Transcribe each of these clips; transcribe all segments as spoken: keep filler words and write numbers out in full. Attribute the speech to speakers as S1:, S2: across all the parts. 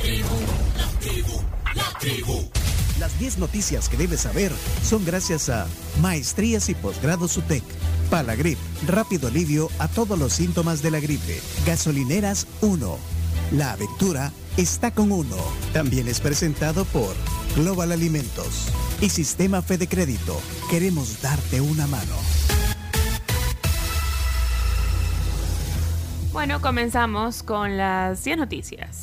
S1: tribu, la tribu, la tribu.
S2: Las diez noticias que debes saber son gracias a Maestrías y Posgrados UTEC, Palagrip, rápido alivio a todos los síntomas de la gripe. Gasolineras uno. La aventura está con uno. También es presentado por Global Alimentos y Sistema Fede Crédito. Queremos darte una mano.
S3: Bueno, comenzamos con las diez noticias.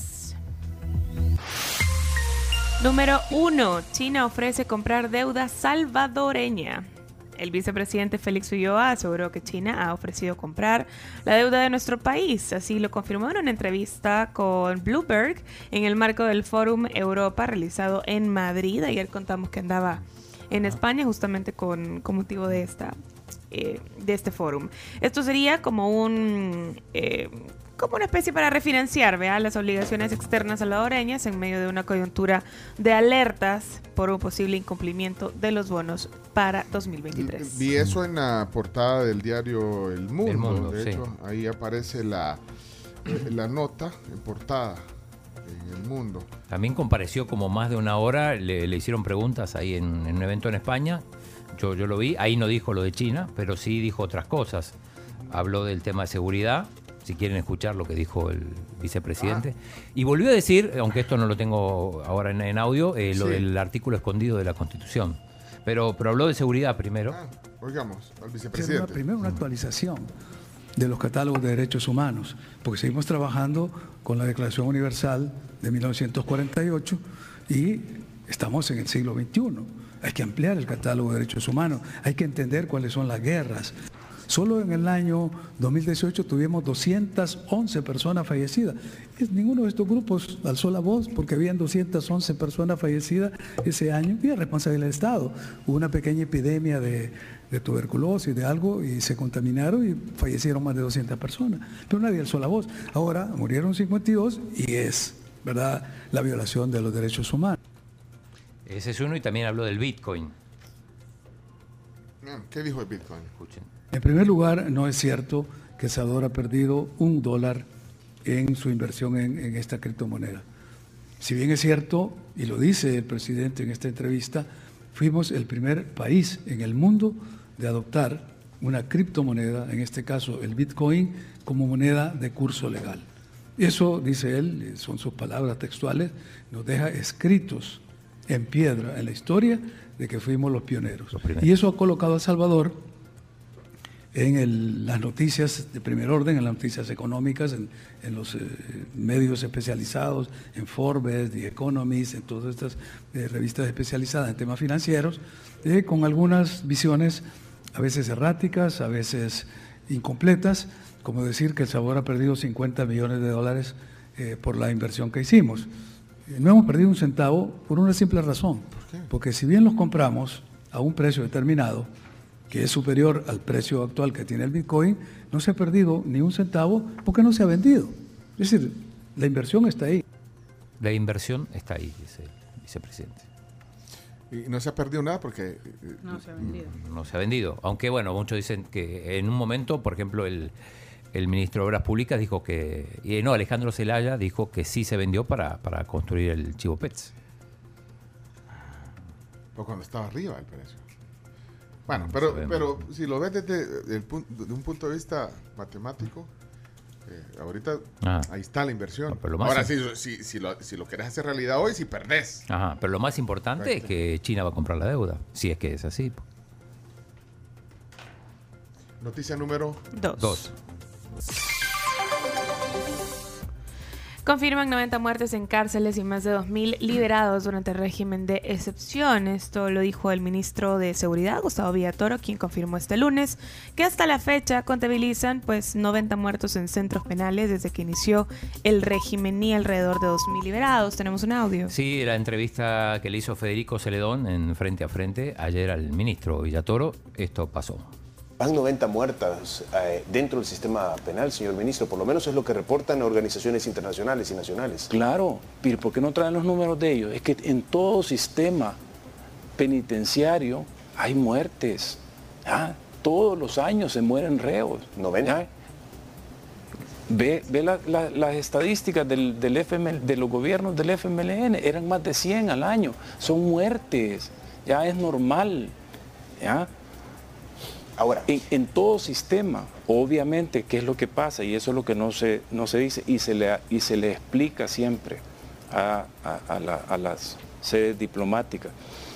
S3: Número uno. China ofrece comprar deuda salvadoreña. El vicepresidente Félix Ulloa aseguró que China ha ofrecido comprar la deuda de nuestro país. Así lo confirmó en una entrevista con Bloomberg en el marco del Fórum Europa realizado en Madrid. Ayer contamos que andaba en España justamente con, con motivo de esta eh, de este fórum. Esto sería como un eh, como una especie para refinanciar, ¿vea?, las obligaciones externas salvadoreñas en medio de una coyuntura de alertas por un posible incumplimiento de los bonos para dos mil veintitrés.
S4: Vi eso en la portada del diario El Mundo.
S5: El Mundo,
S4: de hecho,
S5: sí.
S4: Ahí aparece la, la nota en portada en El Mundo.
S5: También compareció como más de una hora, le, le hicieron preguntas ahí en, en un evento en España. Yo, yo lo vi, ahí no dijo lo de China, pero sí dijo otras cosas. Habló del tema de seguridad, si quieren escuchar lo que dijo el vicepresidente. Ah. Y volvió a decir, aunque esto no lo tengo ahora en, en audio, eh, lo sí. del artículo escondido de la Constitución. Pero, pero habló de seguridad primero.
S4: Ah, oigamos al vicepresidente.
S6: Una, primero una actualización de los catálogos de derechos humanos, porque seguimos trabajando con la Declaración Universal de mil novecientos cuarenta y ocho y estamos en el siglo veintiuno. Hay que ampliar el catálogo de derechos humanos, hay que entender cuáles son las guerras. Solo en el año dos mil dieciocho tuvimos doscientas once personas fallecidas. Ninguno de estos grupos alzó la voz porque habían doscientas once personas fallecidas ese año y es responsabilidad del Estado. Hubo una pequeña epidemia de, de tuberculosis, de algo, y se contaminaron y fallecieron más de doscientas personas. Pero nadie alzó la voz. Ahora murieron cincuenta y dos y es, ¿verdad?, la violación de los derechos humanos.
S5: Ese es uno, y también habló del Bitcoin.
S4: ¿Qué dijo el Bitcoin?
S5: Escuchen.
S6: En primer lugar, no es cierto que El Salvador ha perdido un dólar en su inversión en, en esta criptomoneda. Si bien es cierto, y lo dice el presidente en esta entrevista, fuimos el primer país en el mundo de adoptar una criptomoneda, en este caso el Bitcoin, como moneda de curso legal. Eso, dice él, son sus palabras textuales, nos deja escritos en piedra en la historia de que fuimos los pioneros. Los y eso ha colocado a El Salvador en el, las noticias de primer orden, en las noticias económicas, en, en los eh, medios especializados, en Forbes, The Economist, en todas estas eh, revistas especializadas en temas financieros, eh, con algunas visiones a veces erráticas, a veces incompletas, como decir que El Salvador ha perdido cincuenta millones de dólares eh, por la inversión que hicimos. Eh, no hemos perdido un centavo por una simple razón, ¿por qué? Porque si bien los compramos a un precio determinado, que es superior al precio actual que tiene el Bitcoin, no se ha perdido ni un centavo porque no se ha vendido. Es decir, la inversión está ahí.
S5: La inversión está ahí, dice el vicepresidente.
S4: Y no se ha perdido nada porque...
S3: No se ha vendido.
S5: No se ha vendido. Aunque, bueno, muchos dicen que en un momento, por ejemplo, el, el ministro de Obras Públicas dijo que... Y no, Alejandro Zelaya dijo que sí se vendió para, para construir el Chivo Pets.
S4: O cuando estaba arriba el precio. Bueno, pero, pero si lo ves desde, el punto, desde un punto de vista matemático, eh, ahorita ah. ahí está la inversión. No, ahora, si, si, si, lo, si lo querés hacer realidad hoy, si perdés.
S5: Ajá, pero lo más importante Correcto. es que China va a comprar la deuda, si es que es así.
S4: Noticia número
S3: dos.
S5: dos.
S3: Confirman noventa muertes en cárceles y más de dos mil liberados durante el régimen de excepción. Esto lo dijo el ministro de Seguridad, Gustavo Villatoro, quien confirmó este lunes que hasta la fecha contabilizan pues noventa muertos en centros penales desde que inició el régimen y alrededor de dos mil liberados. ¿Tenemos un audio?
S5: Sí, la entrevista que le hizo Federico Celedón en Frente a Frente ayer al ministro Villatoro, esto pasó.
S7: Van noventa muertas eh, dentro del sistema penal, señor ministro. Por lo menos es lo que reportan organizaciones internacionales y nacionales.
S8: Claro, pero ¿por qué no traen los números de ellos? Es que en todo sistema penitenciario hay muertes. ¿Ah? Todos los años se mueren reos.
S7: ¿noventa?
S8: Ve, ve la, la, las estadísticas del, del F M L, de los gobiernos del F M L N, eran más de cien al año. Son muertes, ya es normal. ¿Ya? Ahora, en, en todo sistema, obviamente, ¿qué es lo que pasa? Y eso es lo que no se, no se dice y se le, y se le explica siempre a, a, a, la, a las sedes diplomáticas.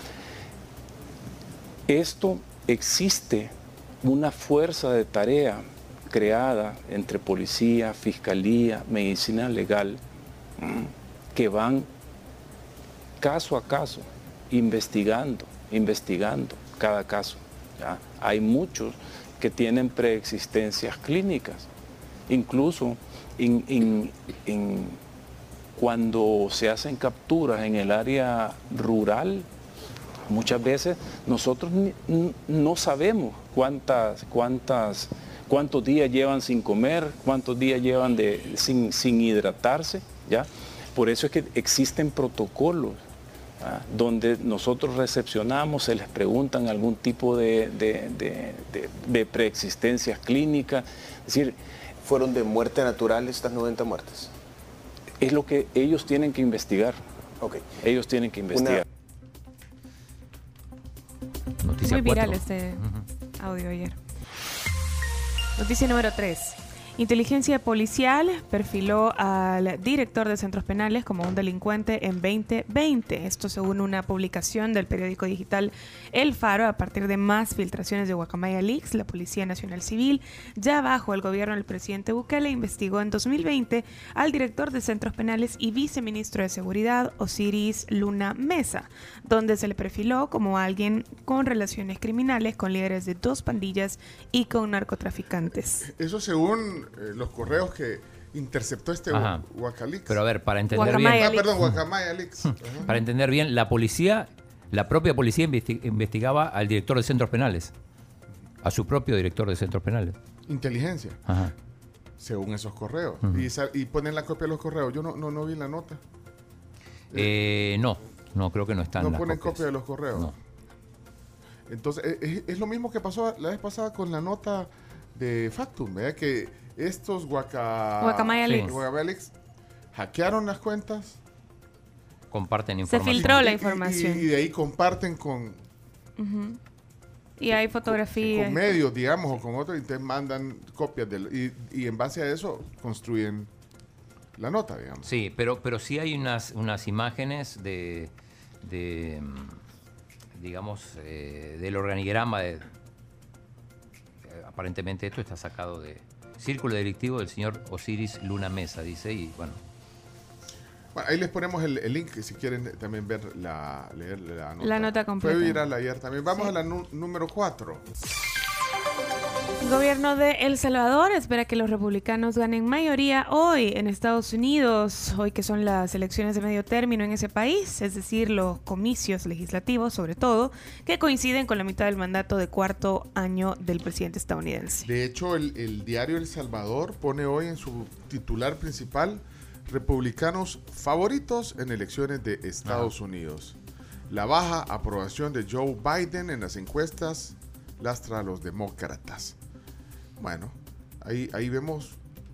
S8: Esto existe una fuerza de tarea creada entre policía, fiscalía, medicina legal, que van caso a caso, investigando, investigando cada caso. ¿Ya? Hay muchos que tienen preexistencias clínicas, incluso en, en, en, cuando se hacen capturas en el área rural. Muchas veces nosotros no sabemos cuántas, cuántas, cuántos días llevan sin comer, cuántos días llevan de, sin, sin hidratarse, ¿ya? Por eso es que existen protocolos, ¿ya? Donde nosotros recepcionamos, se les preguntan algún tipo de, de, de, de, de preexistencias clínicas. Es decir,
S7: ¿fueron de muerte natural estas noventa muertes?
S8: Es lo que ellos tienen que investigar.
S7: Okay.
S8: Ellos tienen que investigar.
S7: Una...
S3: Noticia Muy viral cuatro. Este uh-huh. audio ayer. Noticia número tres. Inteligencia policial perfiló al director de centros penales como un delincuente en veinte veinte. Esto según una publicación del periódico digital El Faro. A partir de más filtraciones de Guacamaya Leaks, la Policía Nacional Civil, ya bajo el gobierno del presidente Bukele, investigó en dos mil veinte al director de centros penales y viceministro de Seguridad, Osiris Luna Mesa, donde se le perfiló como alguien con relaciones criminales con líderes de dos pandillas y con narcotraficantes.
S4: Eso según eh, los correos que interceptó este Guacalix.
S5: Pero a ver, para entender
S3: Guacamaya
S5: bien...
S4: Ah, perdón, Guacamaya Leaks.
S5: Para entender bien, la policía, la propia policía investi- investigaba al director de centros penales. A su propio director de centros penales.
S4: Inteligencia.
S5: Ajá.
S4: Según esos correos.
S5: Uh-huh.
S4: Y, y ponen la copia de los correos. Yo no, no, no vi la nota.
S5: Eh, no, no creo que no están.
S4: No
S5: las
S4: ponen
S5: copias.
S4: copia de los correos.
S5: No.
S4: Entonces, es, es lo mismo que pasó la vez pasada con la nota de Factum, ¿verdad? Que estos Guaca...
S3: Guacamaya
S5: Sí.
S3: Leaks.
S4: Guacamaya Leaks hackearon las cuentas.
S5: Comparten
S3: Se
S5: información.
S3: filtró la
S4: y-
S3: información.
S4: Y, y de ahí comparten con,
S3: Uh-huh. Y hay fotografías.
S4: con medios, digamos, o con otros, y te mandan copias del, y, y en base a eso construyen la nota, digamos.
S5: Sí, pero, pero sí hay unas, unas imágenes de, de mm, digamos, eh, del organigrama de... eh, aparentemente esto está sacado de Círculo Delictivo del señor Osiris Luna Mesa, dice, y bueno.
S4: Bueno, ahí les ponemos el, el link si quieren también ver la, leer la nota.
S3: La nota completa.
S4: Fue viral ayer también. Vamos
S3: Sí.
S4: a la nu- número cuatro.
S3: El gobierno de El Salvador espera que los republicanos ganen mayoría hoy en Estados Unidos, hoy que son las elecciones de medio término en ese país, es decir, los comicios legislativos, sobre todo, que coinciden con la mitad del mandato de cuarto año del presidente estadounidense.
S4: De hecho, el, el diario El Salvador pone hoy en su titular principal: republicanos favoritos en elecciones de Estados Unidos. La baja aprobación de Joe Biden en las encuestas lastra a los demócratas. Bueno, ahí, ahí vemos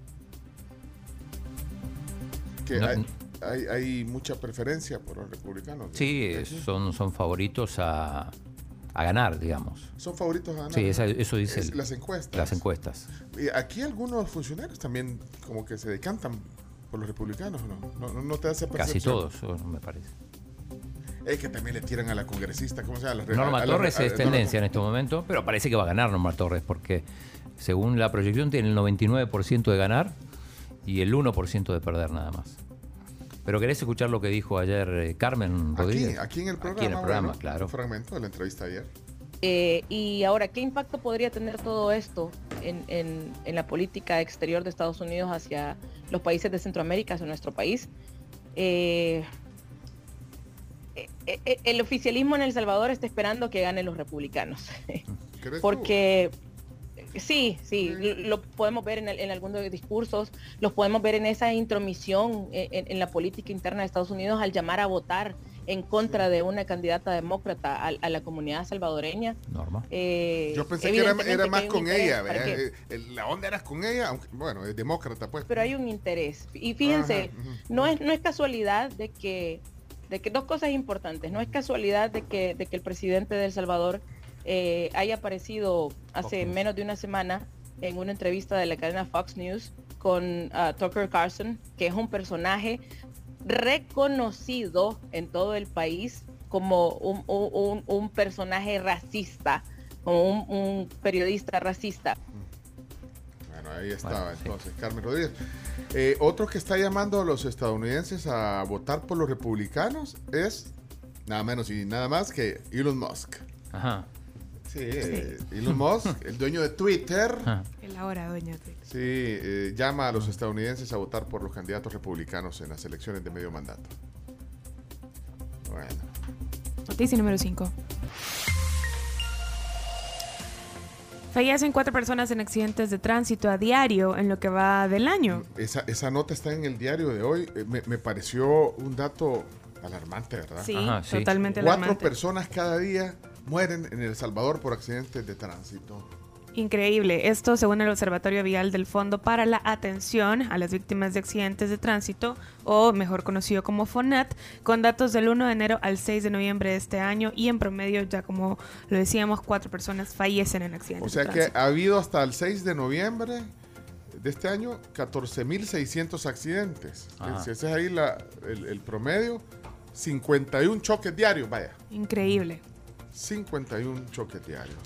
S4: que
S5: No,
S4: hay, hay, hay mucha preferencia por los republicanos.
S5: Sí, son, son favoritos a, a ganar, digamos.
S4: Son favoritos a ganar.
S5: Sí, esa- eso dice
S4: Es
S5: el-
S4: las encuestas.
S5: Las encuestas.
S4: Y aquí algunos funcionarios también como que se decantan por los republicanos, ¿no? No, no te hace percepción.
S5: Casi todos, o no me parece.
S4: Es que también le tiran a la congresista, ¿cómo se llama?
S5: Norma
S4: A la-
S5: Torres
S4: a-
S5: es
S4: a-
S5: tendencia en este momento, pero parece que va a ganar Norma Torres, porque según la proyección tiene el noventa y nueve por ciento de ganar y el uno por ciento de perder nada más. Pero ¿querés escuchar lo que dijo ayer eh, Carmen
S4: Aquí,
S5: Rodríguez?
S4: aquí en el programa.
S5: Aquí en el programa,
S4: bueno,
S5: claro.
S4: Un fragmento de la entrevista ayer.
S9: Eh, y ahora, ¿qué impacto podría tener todo esto en, en- en la política exterior de Estados Unidos hacia los países de Centroamérica, hacia nuestro país? Eh, eh, eh, el oficialismo en El Salvador está esperando que ganen los republicanos.
S4: ¿Crees
S9: Porque sí, sí, lo, lo podemos ver en, el- en algunos discursos, los podemos ver en esa intromisión en, en- en la política interna de Estados Unidos al llamar a votar en contra de una candidata demócrata a, a la comunidad salvadoreña.
S5: Norma.
S9: Eh,
S4: Yo pensé que era, era más con ella, ¿verdad? La onda era con ella, aunque, bueno, es demócrata, pues.
S9: Pero hay un interés. Y fíjense, ajá, ajá. no es no es casualidad de que, de que dos cosas importantes. No es casualidad de que, de que el presidente de El Salvador eh, haya aparecido hace okay. menos de una semana en una entrevista de la cadena Fox News con uh, Tucker Carlson, que es un personaje reconocido en todo el país como un, un, un personaje racista, como un, un periodista racista.
S4: Bueno, ahí estaba bueno, entonces sí. Carmen Rodríguez. Eh, otro que está llamando a los estadounidenses a votar por los republicanos es nada menos y nada más que Elon Musk.
S5: Ajá.
S4: Sí, eh, Elon Musk, el dueño de Twitter.
S3: El ahora dueño de Twitter.
S4: Sí, eh, llama a los estadounidenses a votar por los candidatos republicanos en las elecciones de medio mandato. Bueno.
S3: Noticia número cinco. Fallecen cuatro personas en accidentes de tránsito a diario en lo que va del año.
S4: Esa, esa nota está en el diario de hoy. Eh, me, me pareció un dato alarmante, ¿verdad?
S3: Sí, Ajá, sí. totalmente
S4: Cuatro
S3: alarmante.
S4: Cuatro personas cada día mueren en El Salvador por accidentes de tránsito.
S3: Increíble. Esto según el Observatorio Vial del Fondo para la Atención a las Víctimas de Accidentes de Tránsito, o mejor conocido como FONAT, con datos del uno de enero al seis de noviembre de este año, y en promedio, ya como lo decíamos, cuatro personas fallecen en accidentes
S4: o sea
S3: de tránsito.
S4: Que ha habido hasta el seis de noviembre de este año catorce mil seiscientos accidentes. Si ese es ahí la, el, el promedio, cincuenta y uno choques diarios, vaya.
S3: Increíble.
S4: cincuenta y uno choques diarios.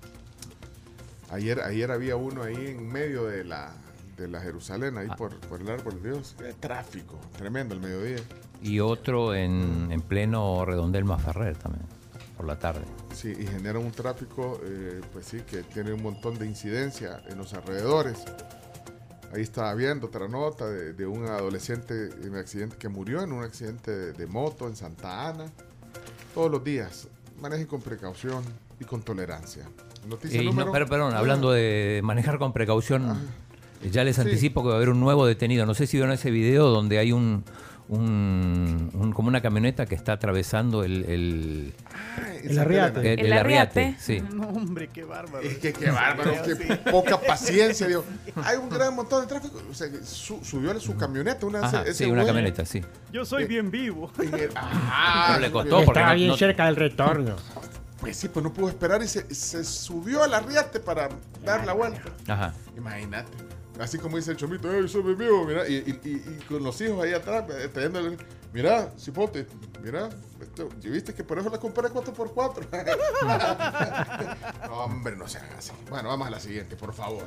S4: Ayer, ayer había uno ahí en medio de la, de la Jerusalén, ahí ah. por, por el árbol de Dios. Qué tráfico, tremendo el mediodía.
S5: Y otro en, en pleno Redondel Maferrer también, por la tarde.
S4: Sí, y genera un tráfico, eh, pues sí, que tiene un montón de incidencia en los alrededores. Ahí estaba viendo otra nota de, de un adolescente en un accidente que murió en un accidente de, de moto en Santa Ana. Todos los días, manejen con precaución y con tolerancia. Noticia
S5: y
S4: número...
S5: no, pero, perdón, hablando de manejar con precaución, ah, ya les anticipo sí. que va a haber un nuevo detenido. No sé si vieron ese video donde hay un, un, un como una camioneta que está atravesando el... El,
S10: ah, el arriate.
S5: El, el, el arriate, arriate, sí.
S10: No, hombre, qué bárbaro.
S4: Es que qué bárbaro, qué sí. poca paciencia. Digo. Hay un gran montón de tráfico. O sea, su, subió su camioneta. Una,
S5: Ajá,
S4: ese,
S5: sí,
S4: ese
S5: una
S4: güey.
S5: camioneta, sí.
S10: Yo soy eh, bien vivo.
S4: El, ah,
S5: pero le costó porque
S10: estaba
S5: no,
S10: bien
S5: no,
S10: cerca del retorno.
S4: Pues sí, pues no pudo esperar y se, se subió al arriate para dar la vuelta.
S5: Ajá.
S4: Imagínate. Así como dice el chomito, ¡ay, soy vivo! Mira, y, y, y, y con los hijos ahí atrás, trayéndole, mira, cipote, mira, esto, ¿viste que por eso la compré cuatro por cuatro? No, hombre, no sean así. Bueno, vamos a la siguiente, por favor.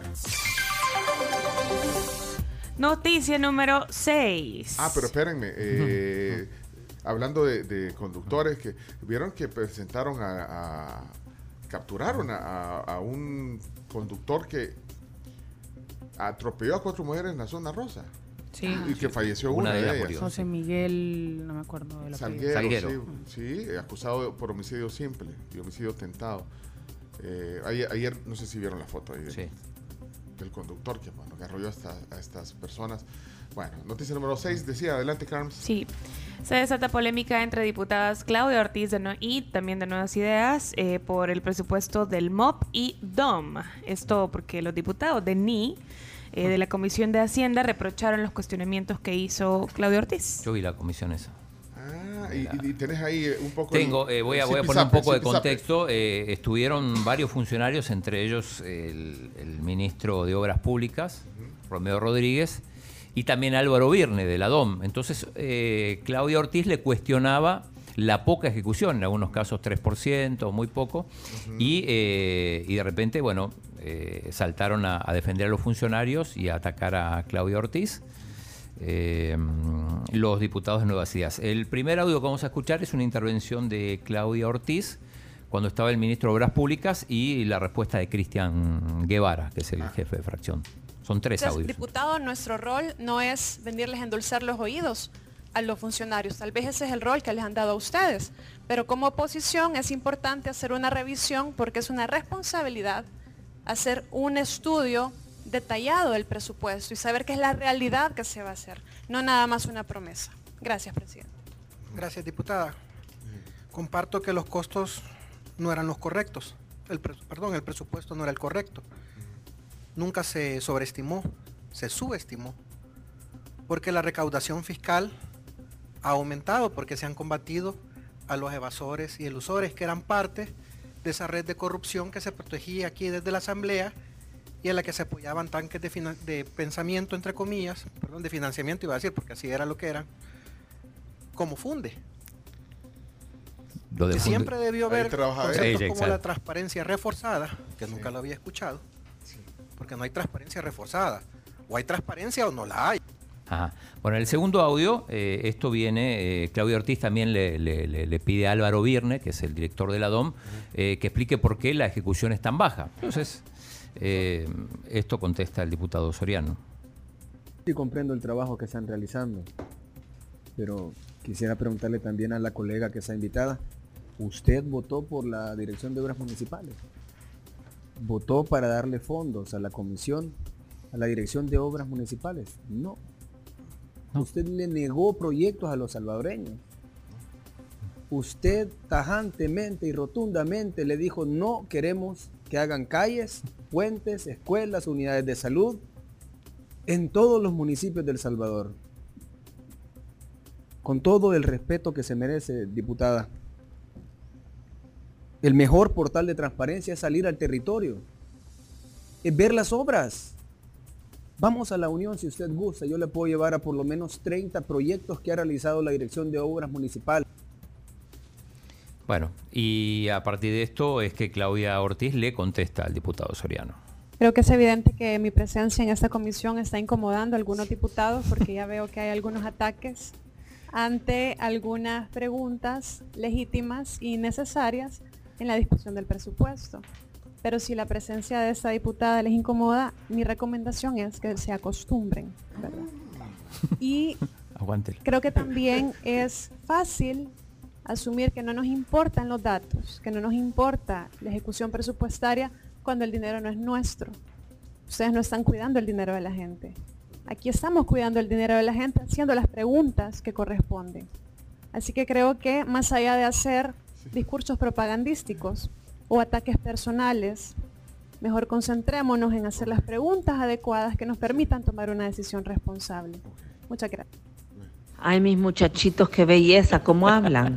S3: Noticia número seis.
S4: Ah, pero espérenme, eh... hablando de, de conductores que vieron que presentaron a, a capturaron a, a un conductor que atropelló a cuatro mujeres en la zona rosa.
S3: Sí.
S4: Y que falleció una, una de, de ellas.
S3: José Miguel, no me acuerdo de la
S4: Salguero, Salguero. Sí, sí, acusado por homicidio simple y homicidio tentado. Eh, ayer, ayer, no sé si vieron la foto ahí
S5: sí.
S4: del conductor que, bueno, que arrolló a, esta, a estas personas. Bueno, noticia número seis, decía, adelante, Carms.
S3: Sí, se desata polémica entre diputadas Claudia Ortiz de no, y también de Nuevas Ideas eh, por el presupuesto del M O P y D O M. Esto porque los diputados de N I, eh, de la Comisión de Hacienda, reprocharon los cuestionamientos que hizo Claudia Ortiz.
S5: Yo vi la comisión esa.
S4: Ah, y, y tenés ahí un poco...
S5: Tengo, eh, voy a, voy a poner un poco de contexto. Eh, estuvieron varios funcionarios, entre ellos el, el ministro de Obras Públicas, uh-huh. Romeo Rodríguez, y también Álvaro Virne de la D O M. Entonces, eh, Claudia Ortiz le cuestionaba la poca ejecución, en algunos casos tres por ciento, muy poco, uh-huh. y, eh, y de repente, bueno, eh, saltaron a, a defender a los funcionarios y a atacar a Claudia Ortiz, eh, los diputados de Nuevas Ideas. El primer audio que vamos a escuchar es una intervención de Claudia Ortiz cuando estaba el ministro de Obras Públicas y la respuesta de Cristian Guevara, que es el ah. jefe de fracción. Son tres
S11: Entonces,
S5: audios.
S11: Diputado, nuestro rol no es venirles a endulzar los oídos a los funcionarios. Tal vez ese es el rol que les han dado a ustedes. Pero como oposición es importante hacer una revisión porque es una responsabilidad hacer un estudio detallado del presupuesto y saber qué es la realidad que se va a hacer, no nada más una promesa. Gracias, presidente.
S10: Gracias, diputada.
S12: comparto que los costos no eran los correctos. El perdón, el presupuesto no era el correcto. Nunca se sobreestimó, se subestimó, porque la recaudación fiscal ha aumentado, porque se han combatido a los evasores y elusores, que eran parte de esa red de corrupción que se protegía aquí desde la Asamblea y en la que se apoyaban tanques de, de pensamiento, entre comillas, perdón, de financiamiento iba a decir, porque así era lo que eran, como funde.
S5: Lo de funde.
S12: Siempre debió haber conceptos
S5: sí,
S12: como la transparencia reforzada, que nunca sí. lo había escuchado, sí. porque no hay transparencia reforzada, o hay transparencia o no la hay.
S5: Ajá. Bueno, en el segundo audio, eh, esto viene, eh, Claudia Ortiz también le, le, le pide a Álvaro Virne, que es el director de la D O M, eh, que explique por qué la ejecución es tan baja. Entonces, eh, esto contesta el diputado Soriano.
S13: Sí, comprendo el trabajo que están realizando, pero quisiera preguntarle también a la colega que está invitada, ¿usted votó por la Dirección de Obras Municipales? ¿Votó para darle fondos a la comisión, a la Dirección de Obras Municipales? No. No. Usted le negó proyectos a los salvadoreños. Usted tajantemente y rotundamente le dijo, no queremos que hagan calles, puentes, escuelas, unidades de salud en todos los municipios de El Salvador. Con todo el respeto que se merece, diputada, el mejor portal de transparencia es salir al territorio, es ver las obras. Vamos a la Unión si usted gusta, yo le puedo llevar a por lo menos treinta proyectos que ha realizado la Dirección de Obras Municipales.
S5: Bueno, y a partir de esto es que Claudia Ortiz le contesta al diputado Soriano.
S11: Creo que es evidente que mi presencia en esta comisión está incomodando a algunos diputados porque ya veo que hay algunos ataques ante algunas preguntas legítimas y necesarias en la discusión del presupuesto. Pero si la presencia de esta diputada les incomoda, mi recomendación es que se acostumbren, ¿verdad? Y creo que también es fácil asumir que no nos importan los datos, que no nos importa la ejecución presupuestaria cuando el dinero no es nuestro. Ustedes no están cuidando el dinero de la gente. Aquí estamos cuidando el dinero de la gente, haciendo las preguntas que corresponden. Así que creo que más allá de hacer discursos propagandísticos o ataques personales, mejor concentrémonos en hacer las preguntas adecuadas que nos permitan tomar una decisión responsable. Muchas gracias.
S14: Ay, mis muchachitos, qué belleza, cómo hablan.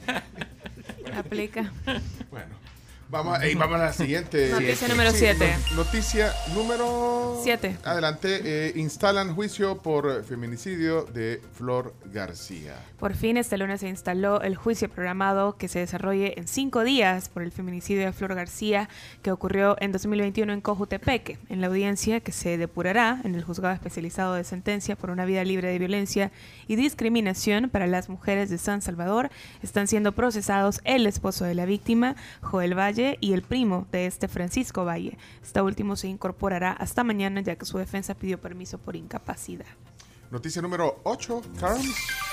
S3: Aplica.
S4: Bueno, vamos, hey, vamos a la siguiente.
S3: Noticia número siete.
S4: Sí, noticia número
S3: siete.
S4: Adelante. Eh, instalan juicio por feminicidio de Flor García.
S3: Por fin este lunes se instaló el juicio programado que se desarrolle en cinco días por el feminicidio de Flor García que ocurrió en dos mil veintiuno en Cojutepeque. En la audiencia que se depurará en el juzgado especializado de sentencia por una vida libre de violencia y discriminación para las mujeres de San Salvador, están siendo procesados el esposo de la víctima, Joel Valle, y el primo de este, Francisco Valle. Este último se incorporará hasta mañana ya que su defensa pidió permiso por incapacidad.
S4: Noticia número ocho, Carmen.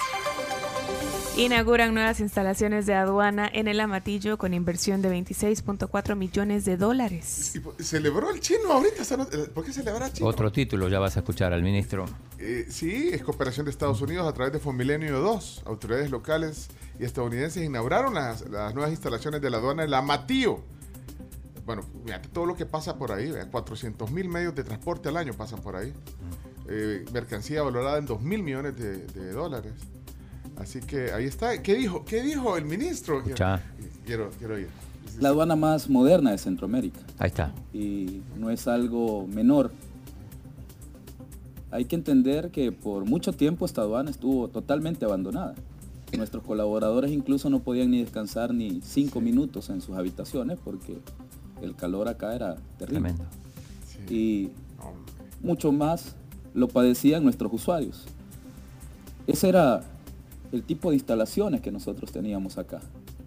S3: Inauguran nuevas instalaciones de aduana en el Amatillo con inversión de veintiséis punto cuatro millones de dólares.
S4: ¿Y celebró el chino ahorita? ¿Por qué celebra el chino?
S5: Otro título, ya vas a escuchar al ministro.
S4: Eh, sí, es cooperación de Estados Unidos a través de Fomilenio dos. Autoridades locales y estadounidenses inauguraron las, las nuevas instalaciones de la aduana del Amatillo. Bueno, fíjate todo lo que pasa por ahí. cuatrocientos mil medios de transporte al año pasan por ahí. Eh, mercancía valorada en dos mil millones de, de dólares. Así que ahí está. ¿Qué dijo? ¿Qué dijo el ministro? Quiero, quiero, quiero ir.
S15: La aduana más moderna de Centroamérica.
S5: Ahí está.
S15: Y no es algo menor. Hay que entender que por mucho tiempo esta aduana estuvo totalmente abandonada. Nuestros colaboradores incluso no podían ni descansar ni cinco minutos en sus habitaciones porque el calor acá era terrible.
S5: Tremendo.
S15: Sí. Y mucho más lo padecían nuestros usuarios. Ese era el tipo de instalaciones que nosotros teníamos acá.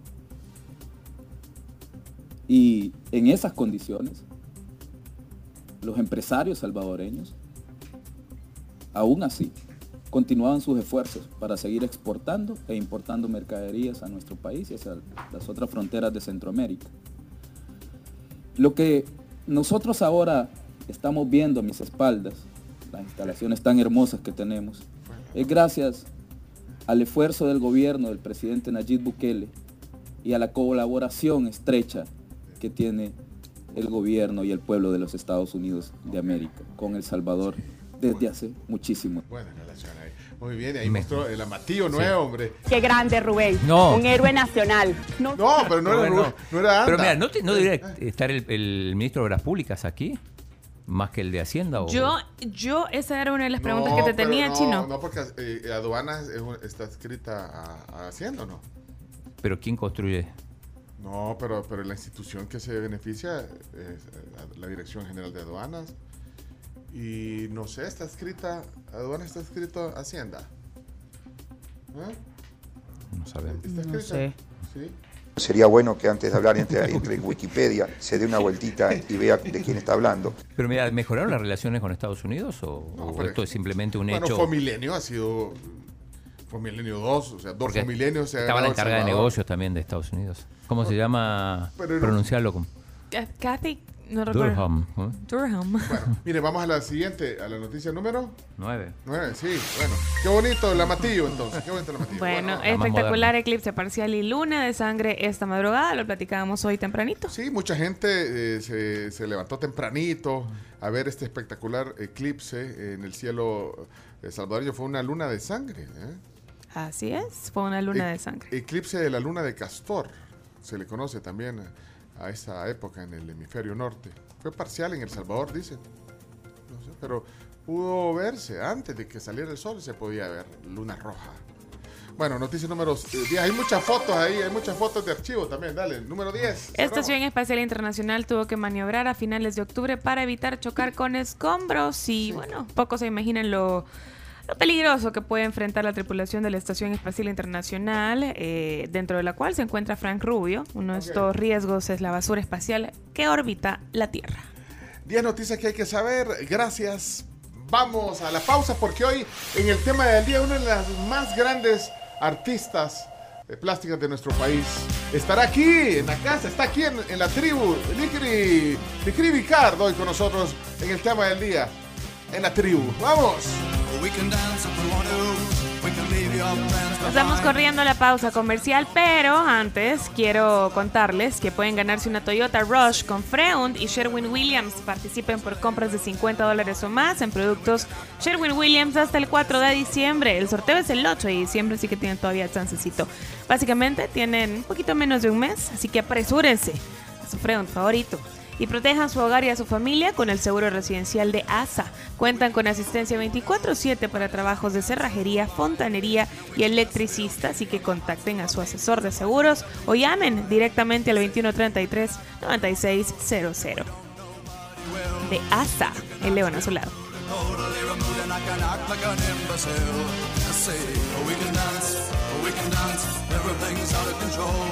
S15: Y en esas condiciones, los empresarios salvadoreños, aún así, continuaban sus esfuerzos para seguir exportando e importando mercaderías a nuestro país y hacia las otras fronteras de Centroamérica. Lo que nosotros ahora estamos viendo a mis espaldas, las instalaciones tan hermosas que tenemos, es gracias al esfuerzo del gobierno del presidente Nayib Bukele y a la colaboración estrecha que tiene el gobierno y el pueblo de los Estados Unidos de América con El Salvador desde hace muchísimo.
S4: Buena relación ahí. Muy bien, ahí mostró el amatillo nuevo, sí. hombre.
S16: Qué grande, Rubén.
S5: No.
S16: Un héroe nacional.
S4: No, no pero no era, no. no era Anda.
S5: Pero mira, ¿no, te, no debería estar el, el ministro de Obras Públicas aquí? ¿Más que el de Hacienda? ¿O?
S3: Yo, yo, esa era una de las preguntas
S4: no,
S3: que te tenía,
S4: no,
S3: Chino.
S4: No, porque eh, aduanas es, está escrita a, a Hacienda, ¿no?
S5: ¿Pero quién construye?
S4: No, pero, pero la institución que se beneficia es la Dirección General de Aduanas. Y no sé, está escrita, aduanas está escrito Hacienda. ¿Eh?
S5: No sabemos.
S3: No sé.
S4: ¿Sí?
S17: Sería bueno que antes de hablar entre, entre en Wikipedia se dé una vueltita y vea de quién está hablando.
S5: Pero mira, ¿mejoraron las relaciones con Estados Unidos o, no, o esto es simplemente un
S4: bueno,
S5: hecho?
S4: Bueno, Fomilenio ha sido... Fomilenio dos, o sea, dos
S5: Porque
S4: Fomilenios se ha
S5: estaba la encargada de
S4: Salvador.
S5: negocios también de Estados Unidos. ¿Cómo se llama?
S4: Pero
S5: pronunciarlo como...
S3: Kathy, no recuerdo.
S5: Durham. ¿eh?
S3: Durham.
S4: Bueno, mire, vamos a la siguiente, a la noticia número...
S5: Nueve.
S4: Nueve, sí, bueno. Qué bonito el amatillo, entonces. Qué bonito el amatillo.
S3: Bueno,
S4: bueno
S3: espectacular eclipse parcial y luna de sangre esta madrugada. Lo platicábamos hoy tempranito.
S4: Sí, mucha gente eh, se, se levantó tempranito a ver este espectacular eclipse en el cielo salvadoreño. Fue una luna de sangre, ¿eh?
S3: Así es, fue una luna
S4: e
S3: de sangre.
S4: Eclipse de la luna de Castor, se le conoce también a, a esa época en el hemisferio norte. Fue parcial en El Salvador, dicen. No sé, pero pudo verse antes de que saliera el sol, se podía ver luna roja. Bueno, noticia número diez. Hay muchas fotos ahí, hay muchas fotos de archivo también. Dale, número diez.
S3: Estación Espacial Internacional tuvo que maniobrar a finales de octubre para evitar chocar con escombros y, sí. bueno, pocos se imaginan lo... Lo peligroso que puede enfrentar la tripulación de la Estación Espacial Internacional, eh, dentro de la cual se encuentra Frank Rubio. Uno de okay. estos riesgos es la basura espacial que orbita la Tierra.
S4: diez noticias que hay que saber. Gracias. Vamos a la pausa porque hoy en el tema del día una de las más grandes artistas eh, plásticas de nuestro país estará aquí en la casa, está aquí en, en la tribu. Licri, Licri Vicardo hoy con nosotros en el tema del día. En la tribu. ¡Vamos!
S3: Nos vamos corriendo a la pausa comercial, pero antes quiero contarles que pueden ganarse una Toyota Rush con Freund y Sherwin-Williams. Participen por compras de cincuenta dólares o más en productos Sherwin-Williams hasta el cuatro de diciembre. El sorteo es el ocho de diciembre, así que tienen todavía chancecito. Básicamente tienen un poquito menos de un mes, así que apresúrense a su Freund favorito. Y protejan su hogar y a su familia con el seguro residencial de A S A. Cuentan con asistencia veinticuatro siete para trabajos de cerrajería, fontanería y electricista, así que contacten a su asesor de seguros o llamen directamente al veintiuno treinta y tres noventa y seis cero cero. De A S A, el león a su lado.
S1: We can dance, we can dance, everything's out of control.